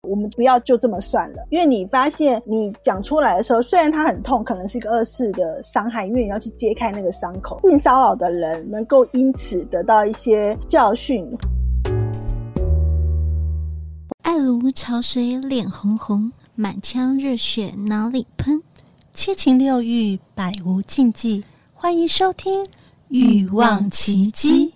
我们不要就这么算了，因为你发现你讲出来的时候，虽然它很痛，可能是一个2次的伤害，因为你要去揭开那个伤口，性骚扰的人能够因此得到一些教训。 爱如潮水脸红红，满腔热血哪里喷， 七情六欲百无禁忌，欢迎收听欲望奇迹。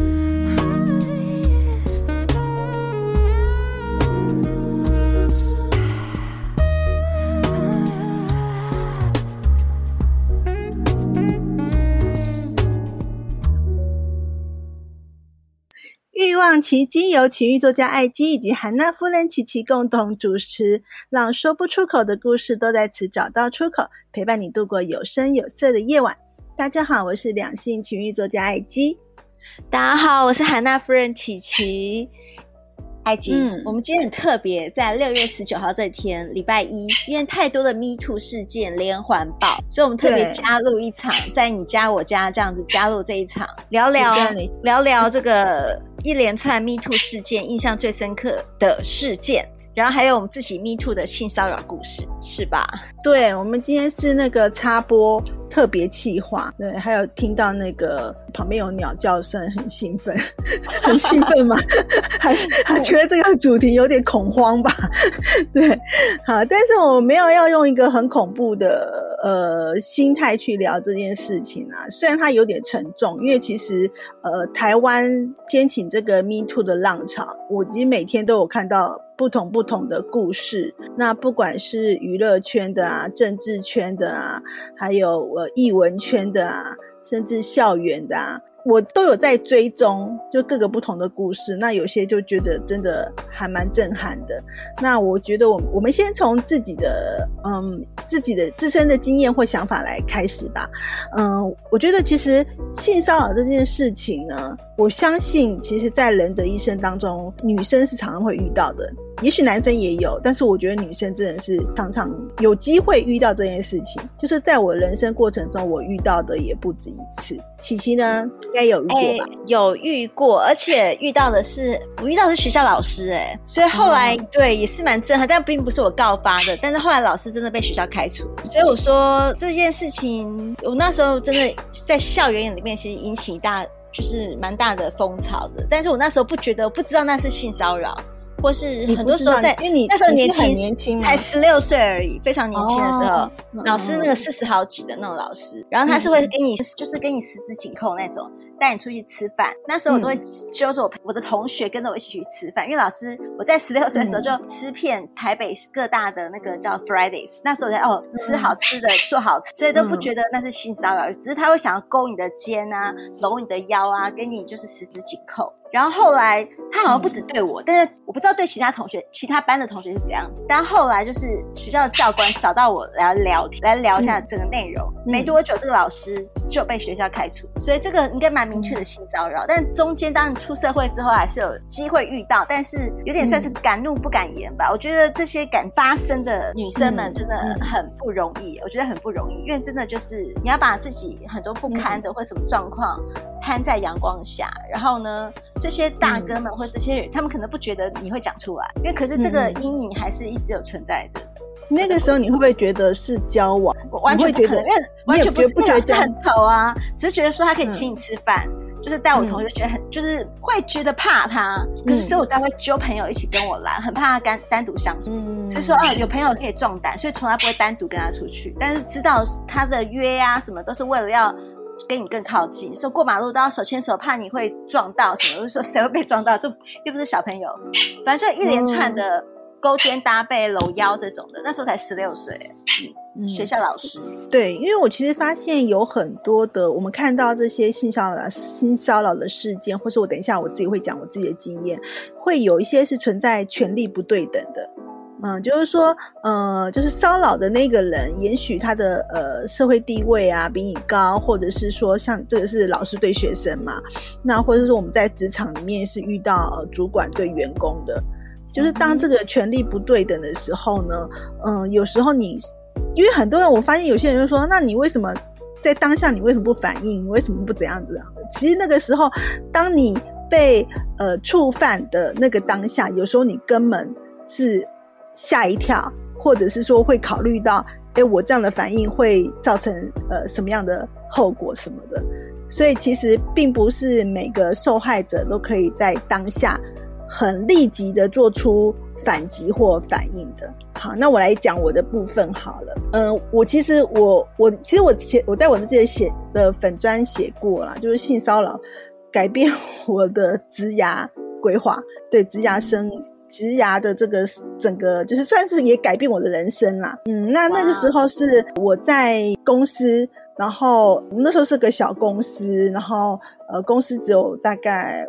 欲望奇迹由情欲作家艾姬以及韩娜夫人琪琪共同主持，让说不出口的故事都在此找到出口，陪伴你度过有声有色的夜晚。大家好，我是两性情欲作家艾姬。 大家好，我是韩娜夫人琪琪。艾姬，我们今天很特别，在6月19号这天，礼拜一，因为太多的 Me Too 事件连环爆，所以我们特别加入一场，在你家我家这样子加入这一场，聊聊这个一连串 Me Too 事件印象最深刻的事件，然后还有我们自己 Me Too 的性骚扰故事，是吧？ 对，我们今天是那个插播特别企划，对，还有听到那个旁边有鸟叫声，很兴奋，很兴奋吗？还觉得这个主题有点恐慌吧？对，好，但是我没有要用一个很恐怖的心态去聊这件事情啊，虽然它有点沉重，因为其实台湾掀起这个 Me Too 的浪潮，我其实每天都有看到不同的故事，那不管是娱乐圈的啊，政治圈的啊，还有艺文圈的啊，甚至校园的啊，我都有在追踪，就各个不同的故事，那有些就觉得真的还蛮震撼的。那我觉得我们先从自己的自身的经验或想法来开始吧。我觉得其实性骚扰这件事情呢，我相信其实在人的一生当中，女生是常常会遇到的，也许男生也有，但是我觉得女生真的是常常有机会遇到这件事情，就是在我人生过程中我遇到的也不止一次。琪琪呢应该有遇过吧？ 有遇过，而且我遇到的是学校老师所以后来对也是蛮震撼，但并不是我告发的，但是后来老师真的被学校开除，所以我说这件事情我那时候真的在校园里面其实引起就是蛮大的风潮的，但是我那时候不知道那是性骚扰，或是很多时候在，因为你那时候年轻才16岁而已，非常年轻的时候，老师那个40好几的那种老师，然后他是会给你就是给你十指紧扣那种，带你出去吃饭。那时候我都会揪着我的同学跟着我一起去吃饭，因为老师我在16岁的时候就吃遍台北各大的那个叫 Fridays， 那时候我在吃好吃的做好吃，所以都不觉得那是性骚扰，只是他会想要勾你的肩啊，搂你的腰啊，跟你就是十指紧扣。然后后来他好像不只对我，但是我不知道对其他班的同学是怎样。但后来就是学校的教官找到我来聊一下这个内容，没多久这个老师就被学校开除，所以这个应该蛮明确的性骚扰。但中间当你出社会之后还是有机会遇到，但是有点算是敢怒不敢言吧。我觉得这些敢发声的女生们真的很不容易，我觉得很不容易，因为真的就是你要把自己很多不堪的或什么状况摊在阳光下，然后呢这些大哥们或这些人，他们可能不觉得你会讲出来，因为可是这个阴影还是一直有存在着的。 那个时候你会不会觉得是交往？ 我完全不可能，因为完全不是，那老师很丑啊，只是觉得说他可以请你吃饭，就是带我同学觉得就是会觉得怕他，可是所以我才会揪朋友一起跟我来，很怕他单独相处，所以说有朋友可以壮胆，所以从来不会单独跟他出去，但是知道他的约啊什么都是为了要跟你更靠近，说过马路都要手牵手，怕你会撞到什么，就说谁会被撞到，这又不是小朋友，反正就一连串的勾肩搭背搂腰这种的，那时候才16岁学校老师。 对，因为我其实发现有很多的我们看到这些性骚扰的事件，或是我等一下我自己会讲我自己的经验，会有一些是存在权力不对等的。就是说就是骚扰的那个人也许他的社会地位啊比你高，或者是说像这个是老师对学生嘛，那或者是我们在职场里面是遇到主管对员工的，就是当这个权力不对等的时候呢有时候因为很多人我发现有些人就说，那你为什么在当下你为什么不反应，你为什么不怎样的，其实那个时候当你被触犯的那个当下，有时候你根本是吓一跳，或者是说会考虑到我这样的反应会造成什么样的后果什么的。所以其实并不是每个受害者都可以在当下很立即的做出反击或反应的。好，那我来讲我的部分好了。我在我的这写的粉专写过啦，就是性骚扰改变我的职涯规划，对职涯的这个整个就是算是也改变我的人生啦。那个时候是我在公司，然后我们那时候是个小公司，然后公司只有大概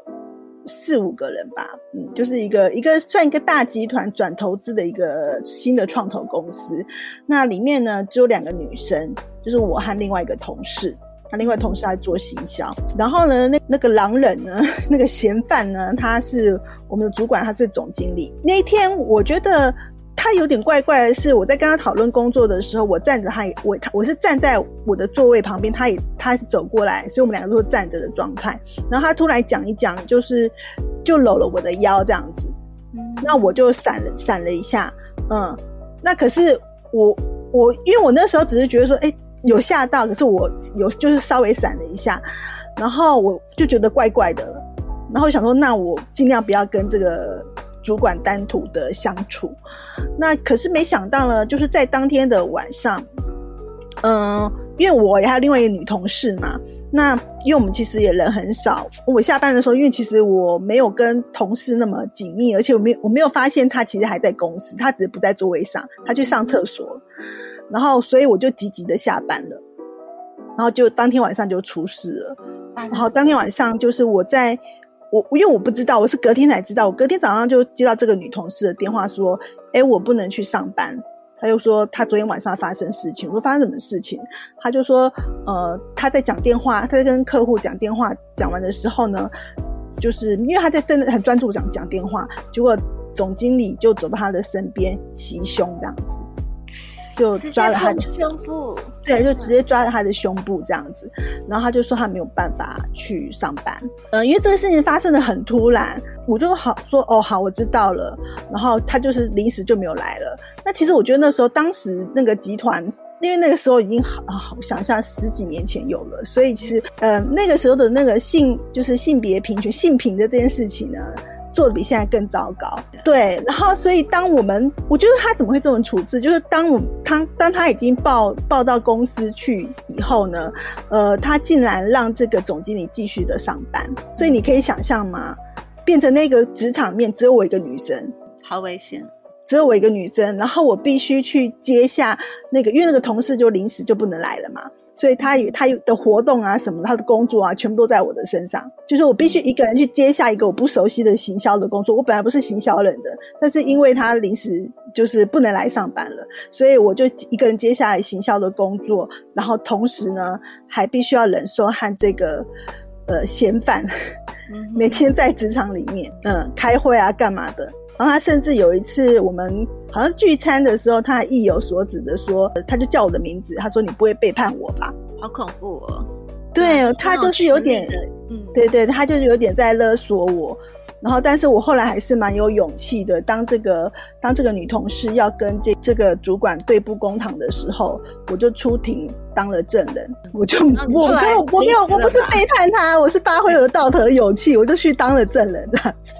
4-5个人吧，就是一个算一个大集团转投资的一个新的创投公司。那里面呢只有2个女生，就是我和另外一个同事。那另外同事在做行销，然后呢那个狼人呢，那个嫌犯呢，他是我们的主管，他是总经理。那一天我觉得他有点怪怪的是，我在跟他讨论工作的时候，我站着我是站在我的座位旁边，他是走过来，所以我们2个都是站着的状态。然后他突然讲一讲，就搂了我的腰这样子，那我就闪了一下，那可是我因为我那时候只是觉得说，有吓到，可是我就是稍微闪了一下，然后我就觉得怪怪的了，然后想说，那我尽量不要跟这个主管单独的相处。那可是没想到呢，就是在当天的晚上，因为我也还有另外一个女同事嘛，那因为我们其实也人很少，我下班的时候，因为其实我没有跟同事那么紧密，而且我没有发现他其实还在公司，他只是不在座位上，他去上厕所，然后所以我就急急的下班了，然后就当天晚上就出事了。然后当天晚上就是因为我不知道，我是隔天才知道，我隔天早上就接到这个女同事的电话说，我不能去上班。他就说他昨天晚上发生事情，我说发生什么事情？他就说他在讲电话，他在跟客户讲电话，讲完的时候呢，就是因为他在真的很专注讲电话，结果总经理就走到他的身边袭胸这样子。就抓了他的胸部， 对，就直接抓了他的胸部这样子，然后他就说他没有办法去上班，因为这个事情发生得很突然，我就说好，我知道了，然后他就是临时就没有来了。那其实我觉得当时那个集团，因为那个时候已经好想象10几年前有了，所以其实那个时候的那个就是性别平权、性平的这件事情呢，做得比现在更糟糕。对，然后所以我觉得他怎么会这种处置，就是当他已经报到公司去以后呢，他竟然让这个总经理继续的上班。所以你可以想象吗，变成那个职场面只有我一个女生， 好危险， 只有我一个女生，然后我必须去接下那个，因为那个同事就临时就不能来了嘛，所以他的活动啊什么，他的工作啊全部都在我的身上，就是我必须一个人去接下一个我不熟悉的行销的工作。我本来不是行销人的，但是因为他临时就是不能来上班了，所以我就一个人接下来行销的工作，然后同时呢还必须要忍受和这个嫌犯每天在职场里面开会啊干嘛的。然后他甚至有一次我们好像聚餐的时候，他还意有所指的说，他就叫我的名字，他说你不会背叛我吧？ 好恐怖哦。 对，他就是有点对，他就是有点在勒索我。然后但是我后来还是蛮有勇气的，当这个女同事要跟这个主管对簿公堂的时候，我就出庭当了证人。我不是背叛他，我是发挥我的道德勇气，我就去当了证人这样子。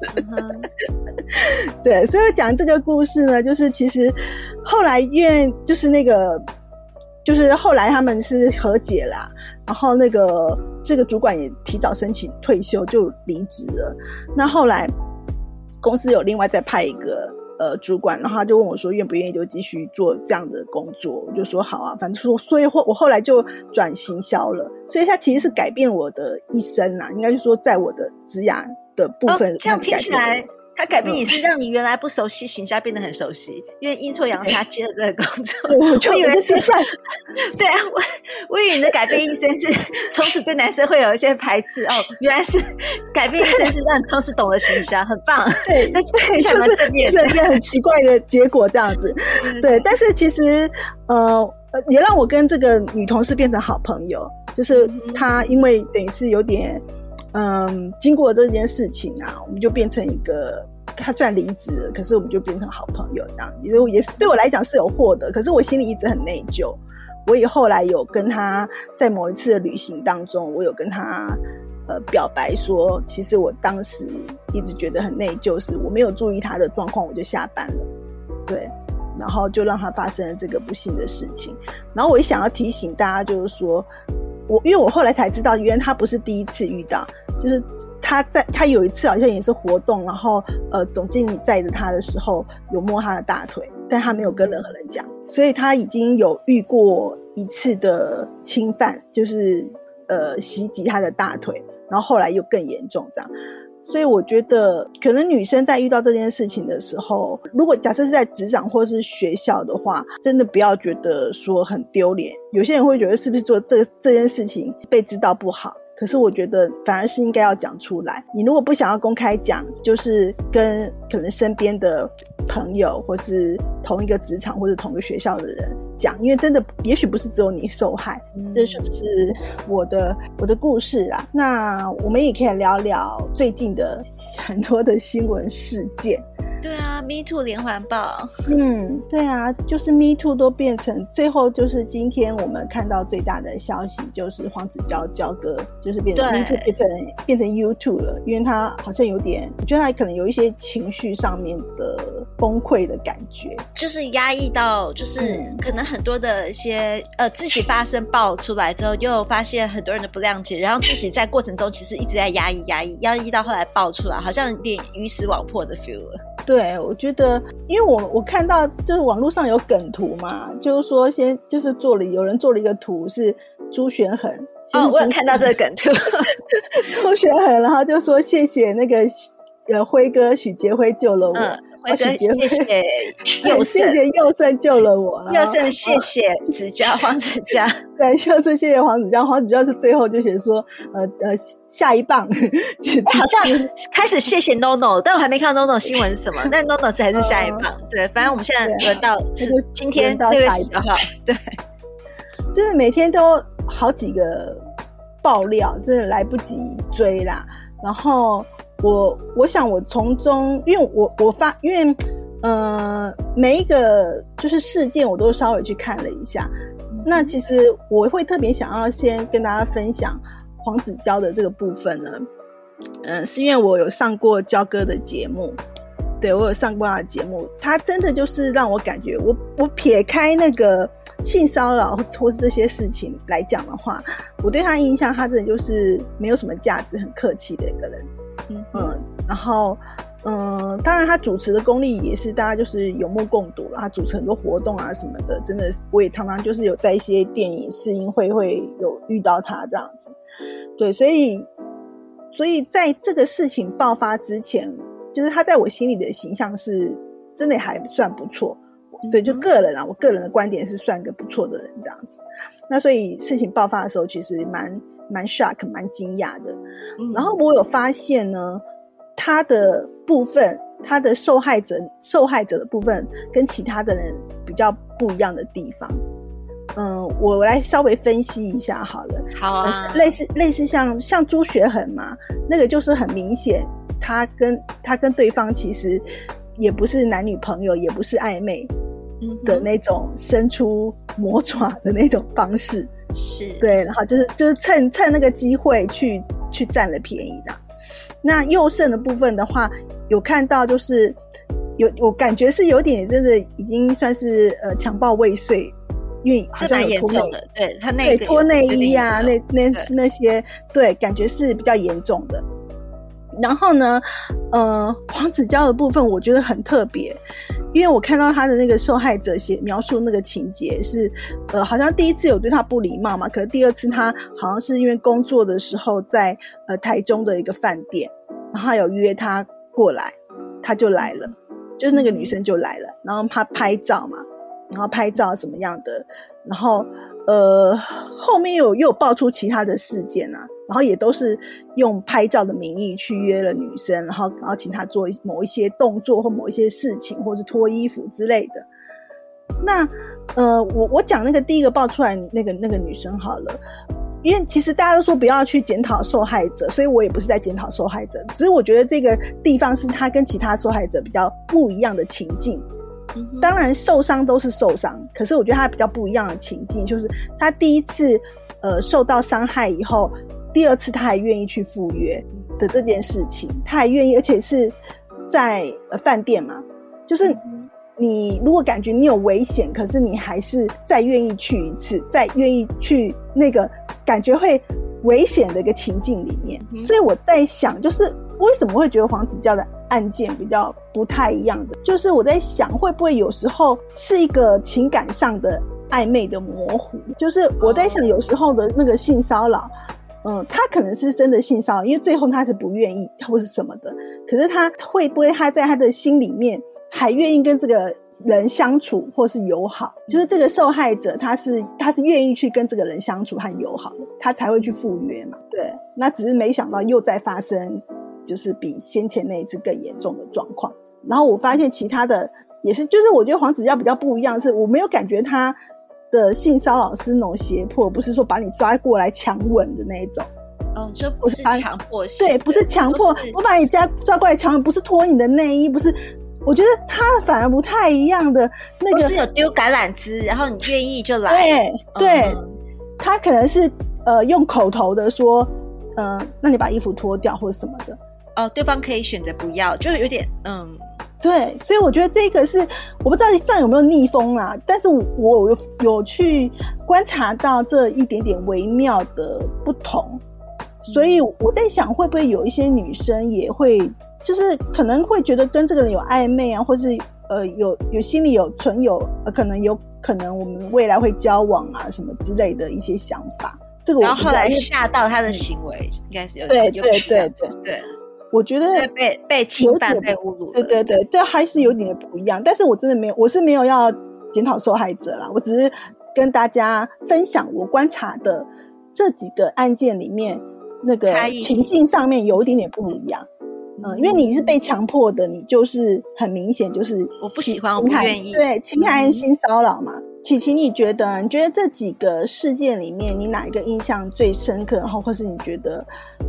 对，所以讲这个故事呢，就是其实后来因为就是后来他们是和解啦，然后这个主管也提早申请退休就离职了。那后来公司有另外再派一个主管，然后他就问我说愿不愿意就继续做这样的工作，我就说好啊，反正所以我后来就转行销了。所以他其实是改变我的一生啦，应该是说在我的职涯的部分， 这样听起来他改变也是让你原来不熟悉行销变得很熟悉，因为阴错阳差接了这个工作。我以为是对啊，我以为你的改变一生是从此对男生会有一些排斥，原来是改变一生是让你从此懂了行销，很棒。对， 就是一个很奇怪的结果这样子。对，但是其实也让我跟这个女同事变成好朋友，就是她因为等于是有点经过这件事情啊，我们就变成一个他虽然离职了，可是我们就变成好朋友这样，也是对我来讲是有获得，可是我心里一直很内疚。我也后来有跟他在某一次的旅行当中，我有跟他表白说，其实我当时一直觉得很内疚，是我没有注意他的状况，我就下班了，对，然后就让他发生了这个不幸的事情。然后我也想要提醒大家，就是说因为我后来才知道，原来他不是第一次遇到，就是他有一次好像也是活动，然后总经理载着他的时候有摸他的大腿，但他没有跟任何人讲，所以他已经有遇过一次的侵犯，就是袭击他的大腿，然后后来又更严重这样。所以我觉得可能女生在遇到这件事情的时候，如果假设是在职场或是学校的话，真的不要觉得说很丢脸。有些人会觉得是不是做这件事情被知道不好，可是我觉得反而是应该要讲出来。你如果不想要公开讲，就是跟可能身边的朋友或是同一个职场或者同一个学校的人讲，因为真的也许不是只有你受害。这就是我的故事啊。那我们也可以聊聊最近的很多的新闻事件。 对啊 Me Too 连环爆。 对啊，就是 Me Too 都变成最后就是今天我们看到最大的消息就是黄子佼佼哥就是变成 Me Too 变成 YouTube 了，因为他好像有点，我觉得他可能有一些情绪上面的崩溃的感觉， 就是压抑到就是可能很多的一些自己发生爆出来之后，又发现很多人的不谅解，然后自己在过程中其实一直在压抑到后来爆出来，好像有点鱼死网破的 feel 了。 对，我觉得因为我看到就是网络上有梗图嘛，就是说就是有人做了一个图是朱玄恒， 我有看到这个梗图朱玄恒，然后就说谢谢那个辉哥许杰辉救了我， 辉哥谢谢佑胜， 谢谢佑胜救了我， 佑胜谢谢子佼黄子佼， 对，佑胜谢谢黄子佼，黄子佼是最后就写说下一棒好像开始谢谢 NONO， 但我还没看到 NONO 新闻是什么，但 NONO 才是下一棒。对，反正我们现在轮到是今天6月10号，对， 真的每天都好几个爆料，真的来不及追啦。然后我想我从中，因为因为每一个就是事件我都稍微去看了一下。那其实我会特别想要先跟大家分享黄子佼的这个部分呢，是因为我有上过佼哥的节目，对，我有上过他的节目，他真的就是让我感觉，我撇开那个性骚扰或是这些事情来讲的话，我对他印象，他真的就是没有什么价值，很客气的一个人。然后当然他主持的功力也是大家就是有目共睹了，他主持很多活动啊什么的，真的我也常常就是有在一些电影试映会有遇到他这样子。对，所以在这个事情爆发之前，就是他在我心里的形象是真的还算不错。对，就个人啊，我个人的观点是算个不错的人这样子。那所以事情爆发的时候其实蛮 shock 蛮惊讶的。然后我有发现呢，他的部分，他的受害者的部分跟其他的人比较不一样的地方。我来稍微分析一下好了。 好啊。 类似像朱学恒嘛，那个就是很明显，他跟对方其实也不是男女朋友，也不是暧昧的那种伸出魔爪的那种方式。 是。对， 然后就是趁那个机会去占了便宜的。那佑胜的部分的话，有看到就是我感觉是有点真的已经算是强暴未遂，因为好像有脱内， 对他那个脱内衣啊，那些，对，感觉是比较严重的。然后呢，黄子佼的部分我觉得很特别，因为我看到他的那个受害者描述那个情节是，好像第一次有对他不礼貌嘛，可是第二次他好像是因为工作的时候在台中的一个饭店，然后他有约他过来，他就来了，就是那个女生就来了，然后他拍照嘛，然后拍照什么样的，然后后面又有爆出其他的事件啊，然后也都是用拍照的名义去约了女生，然后请她做某一些动作或某一些事情，或是脱衣服之类的。那我讲那个第一个爆出来那个女生好了， 因为其实大家都说不要去检讨受害者，所以我也不是在检讨受害者，只是我觉得这个地方是他跟其他受害者比较不一样的情境。当然受伤都是受伤，可是我觉得他比较不一样的情境就是他第一次受到伤害以后，第二次他还愿意去赴约的这件事情，他还愿意，而且是在饭店嘛，就是你如果感觉你有危险，可是你还是再愿意去一次，再愿意去那个感觉会危险的一个情境里面。所以我在想，就是为什么会觉得黄子佼的案件比较不太一样的，就是我在想会不会有时候是一个情感上的暧昧的模糊，就是我在想有时候的那个性骚扰他可能是真的性骚扰，因为最后他是不愿意或是什么的，可是他会不会他在他的心里面还愿意跟这个人相处或是友好，就是这个受害者他是愿意去跟这个人相处和友好的，他才会去赴约嘛。对，那只是没想到又再发生就是比先前那一次更严重的状况。然后我发现其他的也是，就是我觉得黄子佼比较不一样，是我没有感觉他的性骚扰是那种胁迫，不是说把你抓过来强吻的那一种。 就不是强迫性， 对，不是强迫，我把你抓过来强吻，不是脱你的内衣，不是。我觉得他反而不太一样的那个， 不是有丢橄榄枝，然后你愿意就来。 对，他可能是用口头的说，那你把衣服脱掉或者什么的。 对方可以选择不要，就有点对，所以我觉得这个是我不知道这样有没有逆风啦，但是我有去观察到这一点点微妙的不同，所以我在想会不会有一些女生也会就是可能会觉得跟这个人有暧昧啊，或是有心里有存有可能我们未来会交往啊什么之类的一些想法。这个我然后后来吓到他的行为应该是有对，我觉得被侵犯被侮辱的， 对，这还是有点不一样。但是我真的我是没有要检讨受害者啦，我只是跟大家分享我观察的这几个案件里面那个情境上面有一点点不一样。因为你是被强迫的，你就是很明显就是我不喜欢，我不愿意， 对，侵害性骚扰嘛。琪琪，你觉得这几个事件里面，你哪一个印象最深刻？然后或是你觉得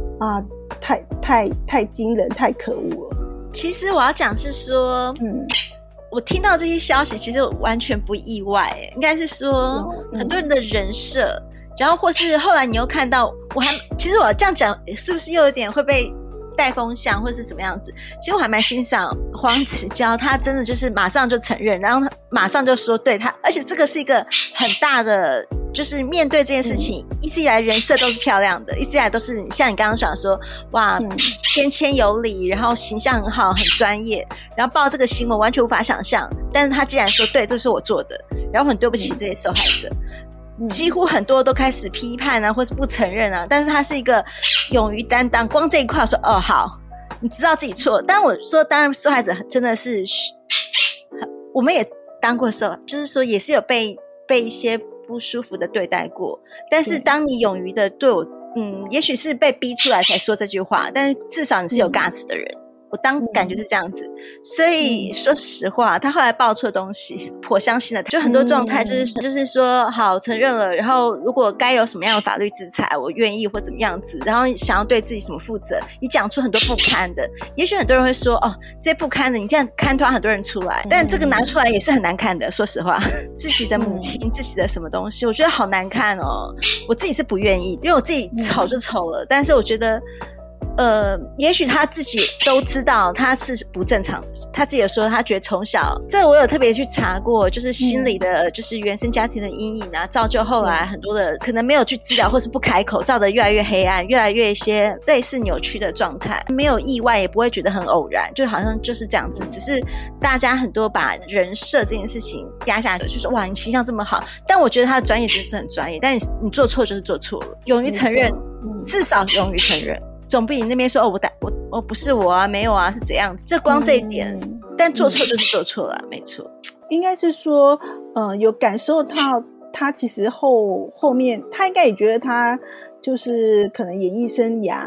太惊人、太可恶了？ 其实我要讲是说，我听到这些消息，其实我完全不意外，应该是说很多人的人设，然后或是后来你又看到，其实我这样讲，是不是又有点会被带风向或是什么样子？其实我还蛮欣赏黄子佼，他真的就是马上就承认，然后马上就说对他，而且这个是一个很大的，就是面对这件事情，一直以来人设都是漂亮的，一直以来都是像你刚刚讲说，哇，谦谦有礼，然后形象很好，很专业，然后报这个新闻完全无法想象，但是他既然说对，这是我做的，然后很对不起这些受害者。几乎很多都开始批判啊，或是不承认啊，但是他是一个勇于担当。光这一块说，好，你知道自己错。当然我说，当然受害者真的是，我们也当过就是说也是有被一些不舒服的对待过。但是当你勇于的对我，也许是被逼出来才说这句话，但是至少你是有 guts 的人。我当感觉是这样子，所以说实话，他后来爆出的东西颇相信的，就很多状态就是说好承认了，然后如果该有什么样的法律制裁，我愿意或怎么样子，然后想要对自己什么负责，你讲出很多不堪的，也许很多人会说这些不堪的，你这样看突然很多人出来，但这个拿出来也是很难看的，说实话，自己的母亲，自己的什么东西，我觉得好难看哦，我自己是不愿意，因为我自己丑就丑了，但是我觉得。也许他自己都知道他是不正常的，他自己有说他觉得从小，这我有特别去查过，就是心理的就是原生家庭的阴影啊，造就后来很多的可能没有去治疗或是不开口，造得越来越黑暗，越来越一些类似扭曲的状态，没有意外也不会觉得很偶然，就好像就是这样子，只是大家很多把人设这件事情压下去，就说哇你形象这么好，但我觉得他的专业真的是很专业，但你做错就是做错了，勇于承认，至少勇于承认，总比你那边说我不是我啊，没有啊，是怎样？这光这一点，但做错就是做错了，没错。 应该是说，有感受到他其实后面，他应该也觉得他就是可能演艺生涯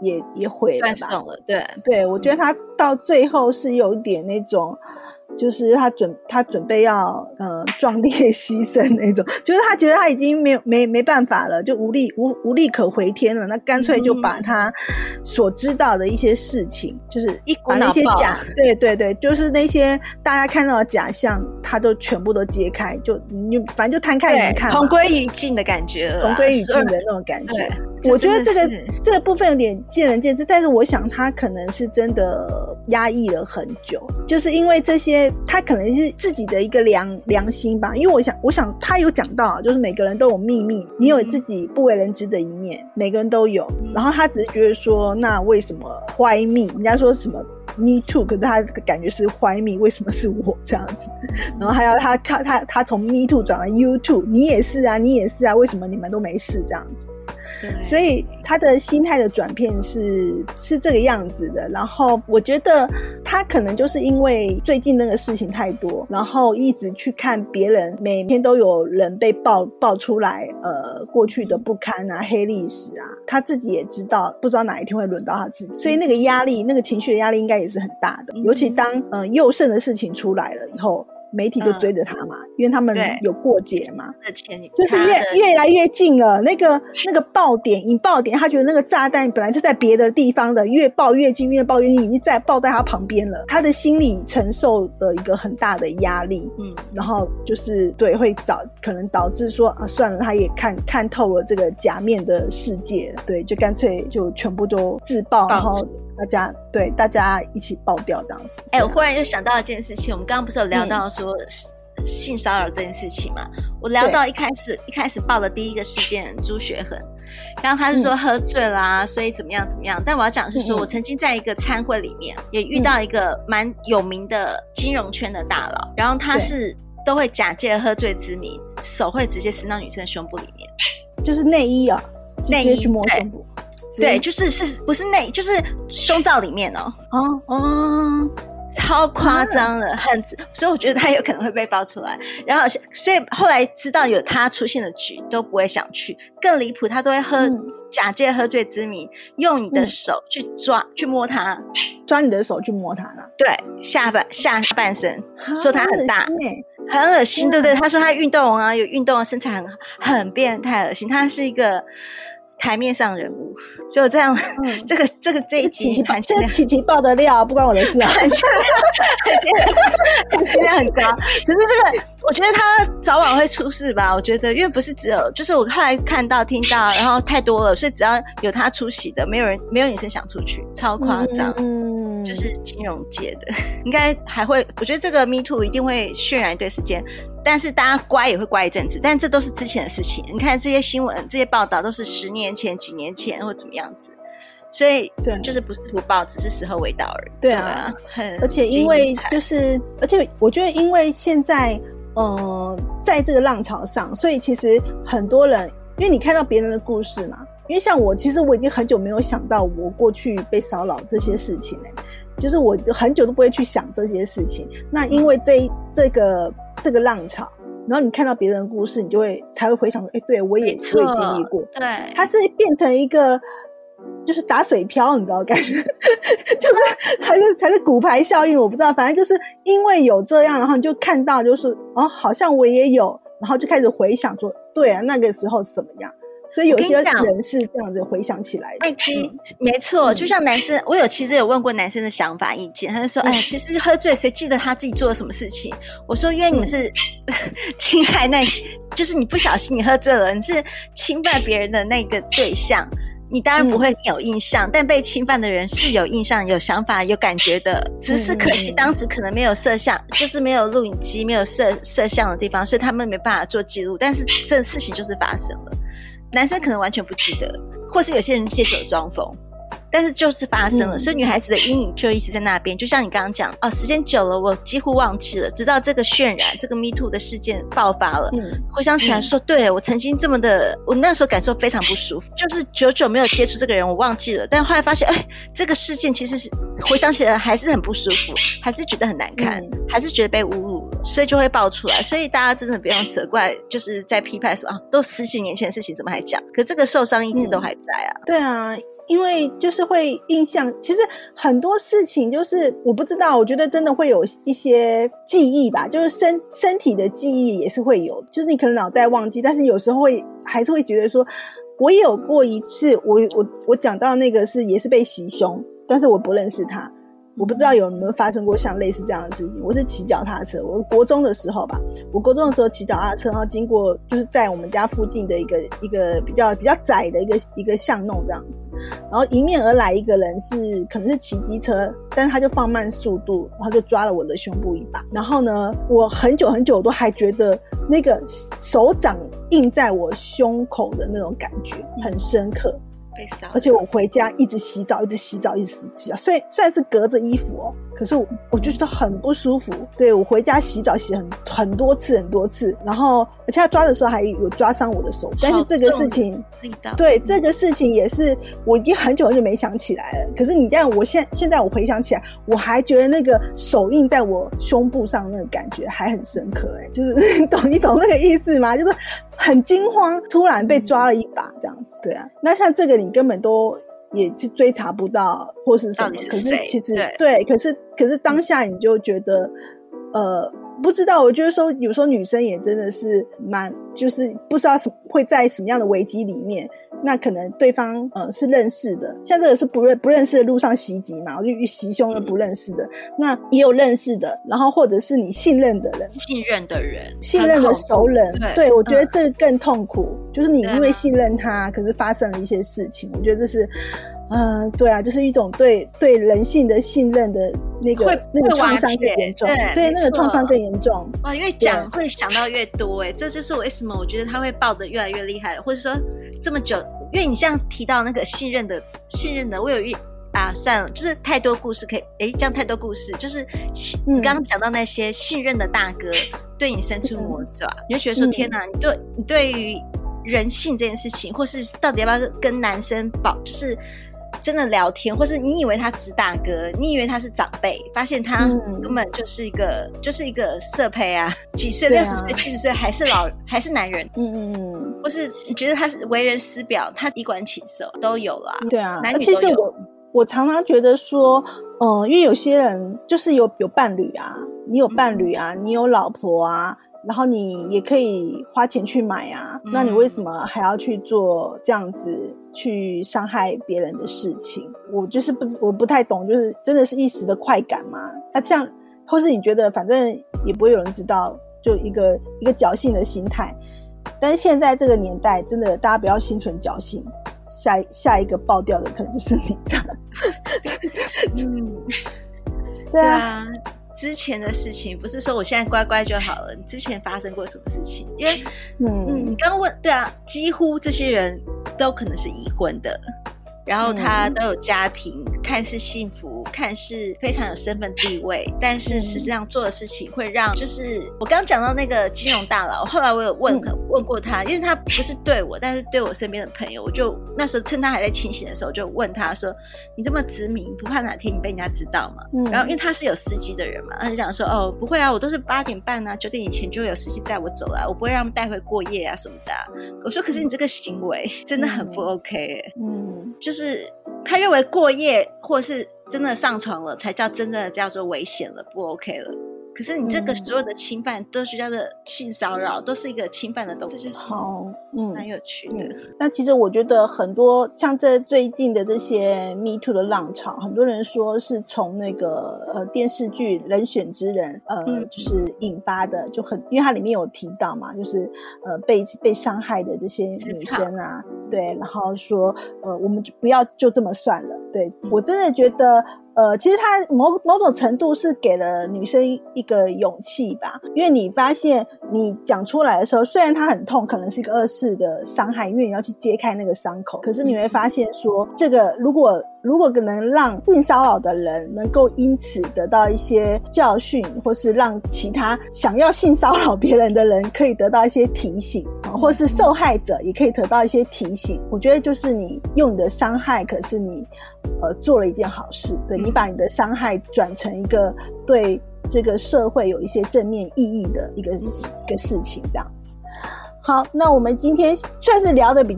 也毁了吧， 断送了。 对，我觉得他到最后是有一点那种，就是他准备要壮烈牺牲那种，就是他觉得他已经没办法了，就无力可回天了，那干脆就把他所知道的一些事情，就是把那些对，就是那些大家看到的假象，他都全部都揭开，就反正就摊开来看嘛， 同归于尽的感觉了， 同归于尽的那种感觉。我觉得这个部分有点见仁见智，但是我想他可能是真的压抑了很久，就是因为这些他可能是自己的一个良心吧，因为我想他有讲到，就是每个人都有秘密，你有自己不为人知的一面，每个人都有，然后他只是觉得说，那为什么 why me， 人家说什么Me too， 可是他的感觉是 why me， 为什么是我这样子，然后还要他从 Me too 转为 You too， 你也是啊，为什么你们都没事这样子。所以他的心态的转变是这个样子的，然后我觉得他可能就是因为最近那个事情太多，然后一直去看别人，每天都有人被爆出来过去的不堪啊、黑历史啊，他自己也知道不知道哪一天会轮到他自己，所以那个压力，那个情绪的压力应该也是很大的，尤其当佑胜的事情出来了以后，媒体就追着他嘛，因为他们有过节嘛，就是越来越近了。那个引爆点，他觉得那个炸弹本来是在别的地方的，越爆越近，已经在爆在他旁边了。他的心理承受的一个很大的压力，然后就是对，会可能导致说啊，算了，他也看透了这个假面的世界，对，就干脆就全部都自爆，然后大家一起爆掉这样子。 我忽然又想到一件事情，我们刚刚不是有聊到说性骚扰这件事情嘛？我聊到一开始报的第一个事件朱学恒，然后他是说喝醉啦，所以怎么样，但我要讲的是说，我曾经在一个餐会里面也遇到一个蛮有名的金融圈的大佬，然后他是都会假借喝醉之名，手会直接伸到女生的胸部里面， 就是内衣啊，直接去摸胸部。 对，就是不是内，就是胸罩里面超夸张的，所以我觉得他有可能会被爆出来。然后，所以后来知道有他出现的局都不会想去，更离谱，他都会假借喝醉之名，用你的手去去摸他， 抓你的手去摸他了。 对，下半身，说他很大，很恶心，对不对？他说他运动啊，有运动的身材很变态，恶心。他是一个台面上人物，所以我这样，这一集这琪琪爆的料不关我的事啊， 质量很高。可是这个，我觉得他早晚会出事吧？我觉得，因为不是只有，就是我后来看到、听到，然后太多了，所以只要有他出席的，没有女生想出去，超夸张。就是金融界的，应该还会，我觉得这个 Me Too 一定会渲染一段时间，但是大家乖也会乖一阵子，但这都是之前的事情。你看这些新闻、这些报道都是10年前、几年前或怎么样子，所以就是不是不报，只是时候未到而已。 对啊，而且因为而且我觉得因为现在在这个浪潮上，所以其实很多人，因为你看到别人的故事嘛。因为像我，其实我已经很久没有想到我过去被骚扰这些事情就是我很久都不会去想这些事情。那因为这个浪潮，然后你看到别人的故事，你才会回想说，对，我也经历过。对，它是变成一个就是打水漂，你知道感觉，就是还是骨牌效应，我不知道，反正就是因为有这样，然后你就看到就是好像我也有，然后就开始回想说，对啊，那个时候是怎么样。所以有些人是这样子回想起来的。 没错，就像男生，我其实有问过男生的想法意见，他就说，其实喝醉谁记得他自己做了什么事情？我说，因为你们是侵害就是你不小心你喝醉了，你是侵犯别人的那个对象，你当然不会有印象，但被侵犯的人是有印象、有想法、有感觉的，只是可惜当时可能没有摄像，就是没有录影机、没有摄像的地方，所以他们没办法做记录，但是这事情就是发生了。男生可能完全不记得，或是有些人借酒装疯，但是就是发生了，所以女孩子的阴影就一直在那边。就像你刚刚讲，时间久了，我几乎忘记了，直到这个渲染，这个 Me Too 的事件爆发了，回想起来说，对，我曾经这么的，我那时候感受非常不舒服，就是久没有接触这个人，我忘记了，但后来发现，这个事件其实是回想起来还是很不舒服，还是觉得很难看，还是觉得被侮辱了，所以就会爆出来。所以大家真的不用责怪，就是在批判说都10几年前的事情怎么还讲？可这个受伤一直都还在啊。 对啊。 因为就是会印象，其实很多事情就是我不知道，我觉得真的会有一些记忆吧，就是身体的记忆也是会有，就是你可能脑袋忘记，但是有时候还是会觉得说，我也有过一次，我讲到那个也是被袭胸，但是我不认识他。我不知道有没有发生过像类似这样的事情。我是骑脚踏车，我国中的时候吧，我国中的时候骑脚踏车，然后经过就是在我们家附近的一个比较窄的一个巷弄这样子，然后迎面而来一个人可能是骑机车，但是他就放慢速度，然后就抓了我的胸部一把，然后呢，我很久很久我都还觉得那个手掌印在我胸口的那种感觉很深刻。而且我回家一直洗澡，虽然是隔着衣服哦，可是我就觉得很不舒服。对，我回家洗澡洗很多次，然后而且他抓的时候还有抓伤我的手，但是这个事情，对，这个事情也是我已经很久没想起来了。可是你这样，我现在我回想起来，我还觉得那个手印在我胸部上那个感觉还很深刻。就是你懂那个意思吗？就是很惊慌，突然被抓了一把这样子。对啊，那像这个你根本都也是追查不到或是什么，可是其实对，可是当下你就觉得不知道，我觉得说有时候女生也真的是就是不知道会在什么样的危机里面，那可能对方是认识的，像这个是不认识的路上袭击嘛，我就袭胸的不认识的，那也有认识的，然后或者是你信任的人， 信任的熟人，对，我觉得这个更痛苦，就是你因为信任他，可是发生了一些事情，我觉得这是对啊，就是一种对人性的信任的那个创伤更严重，对，那个创伤更严重。 哇，因为会想到越多，这就是为什么我觉得他会爆得越来越厉害，或者说这么久，因为你像提到那个信任的，我有算了，就是太多故事可以，这样太多故事，就是你刚刚讲到那些信任的大哥对你伸出魔爪，你就觉得说天哪，你对于人性这件事情，或是到底要不要跟男生就是真的聊天，或是你以为他只是大哥，你以为他是长辈，发现他根本就是一个色胚啊，几岁60岁70岁还是男人，或是你觉得他是为人师表，他衣冠禽兽都有啦， 对啊， 男女都有。 其实我常常觉得说因为有些人就是有伴侣啊，你有伴侣啊，你有老婆啊，然后你也可以花钱去买啊，那你为什么还要去做这样子去伤害别人的事情？我就是我不太懂，就是真的是一时的快感吗？那这样，或是你觉得反正也不会有人知道，就一个侥幸的心态。但是现在这个年代，真的大家不要心存侥幸，下一个爆掉的可能就是你这样。 对啊。之前的事情不是说我现在乖乖就好了，你之前发生过什么事情？因为你刚刚问，对啊，几乎这些人都可能是已婚的，然后他都有家庭，看似幸福，看似非常有身份地位，但是实际上做的事情会让，就是我刚刚讲到那个金融大佬，后来我有问过他，因为他不是对我，但是对我身边的朋友，我就那时候趁他还在清醒的时候，就问他说：“你这么执迷，不怕哪天你被人家知道吗？”然后因为他是有司机的人嘛，他就讲说：“哦，不会啊，我都是8点半啊、9点以前就会有司机载我走了，我不会让他们带回过夜啊什么的。”我说：“可是你这个行为真的很不 OK 就是他认为过夜或是真的上床了才真的叫做危险了，不 OK 了。可是你这个所有的侵犯都是叫做性骚扰，都是一个侵犯的东西，这就是蛮有趣的。 那其实我觉得很多像这最近的这些 Me Too 的浪潮，很多人说是从那个电视剧《人选之人》就是引发的，就因为它里面有提到嘛，就是被伤害的这些女生啊，对，然后说我们就不要就这么算了。对，我真的觉得其实它某种程度是给了女生一个勇气吧，因为你发现你讲出来的时候，虽然它很痛，可能是一个2次的伤害，因为你要去揭开那个伤口，可是你会发现说，这个如果能让性骚扰的人能够因此得到一些教训，或是让其他想要性骚扰别人的人可以得到一些提醒，或是受害者也可以得到一些提醒，我觉得就是你用你的伤害，可是你做了一件好事，对，你把你的伤害转成一个对这个社会有一些正面意义的一个事情，这样子。好，那我们今天算是聊的比较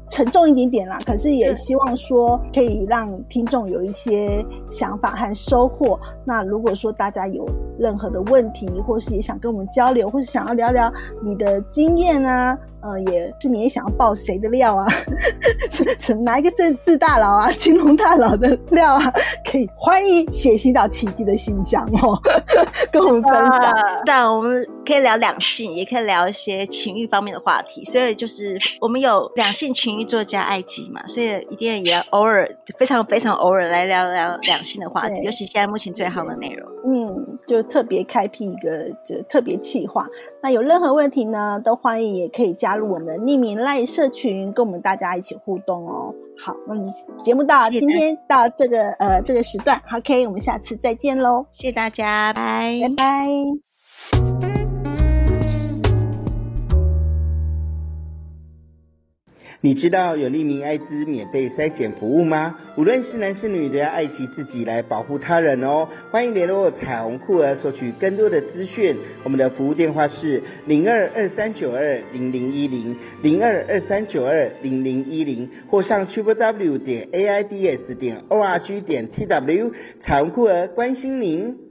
沉重一点点啦，可是也希望说可以让听众有一些想法和收获。那如果说大家有任何的问题，或是也想跟我们交流，或是想要聊聊你的经验啊，也是你也想要爆谁的料啊哪一个政治大佬啊，金融大佬的料啊，可以欢迎写信到奇迹的信箱跟我们分享。 但我们可以聊两性，也可以聊一些情欲方面的话题，所以就是我们有两性情欲作家艾姬嘛，所以一定也要偶尔非常非常偶尔来聊聊两性的话题，尤其现在目前最夯的内容。 就特别开辟一个就特别企划。那有任何问题呢，都欢迎也可以加入我们的匿名LINE社群，跟我们大家一起互动哦。好，节目到今天到这个时段 ，OK， 我们下次再见咯。 谢谢大家，拜拜拜。 你知道有利民艾滋免费筛检服务吗？无论是男是女，都要爱惜自己来保护他人哦。欢迎联络彩虹酷儿索取更多的资讯。我们的服务电话是0223920010 0223920010，或上 www.aids.org.tw。彩虹酷儿关心您。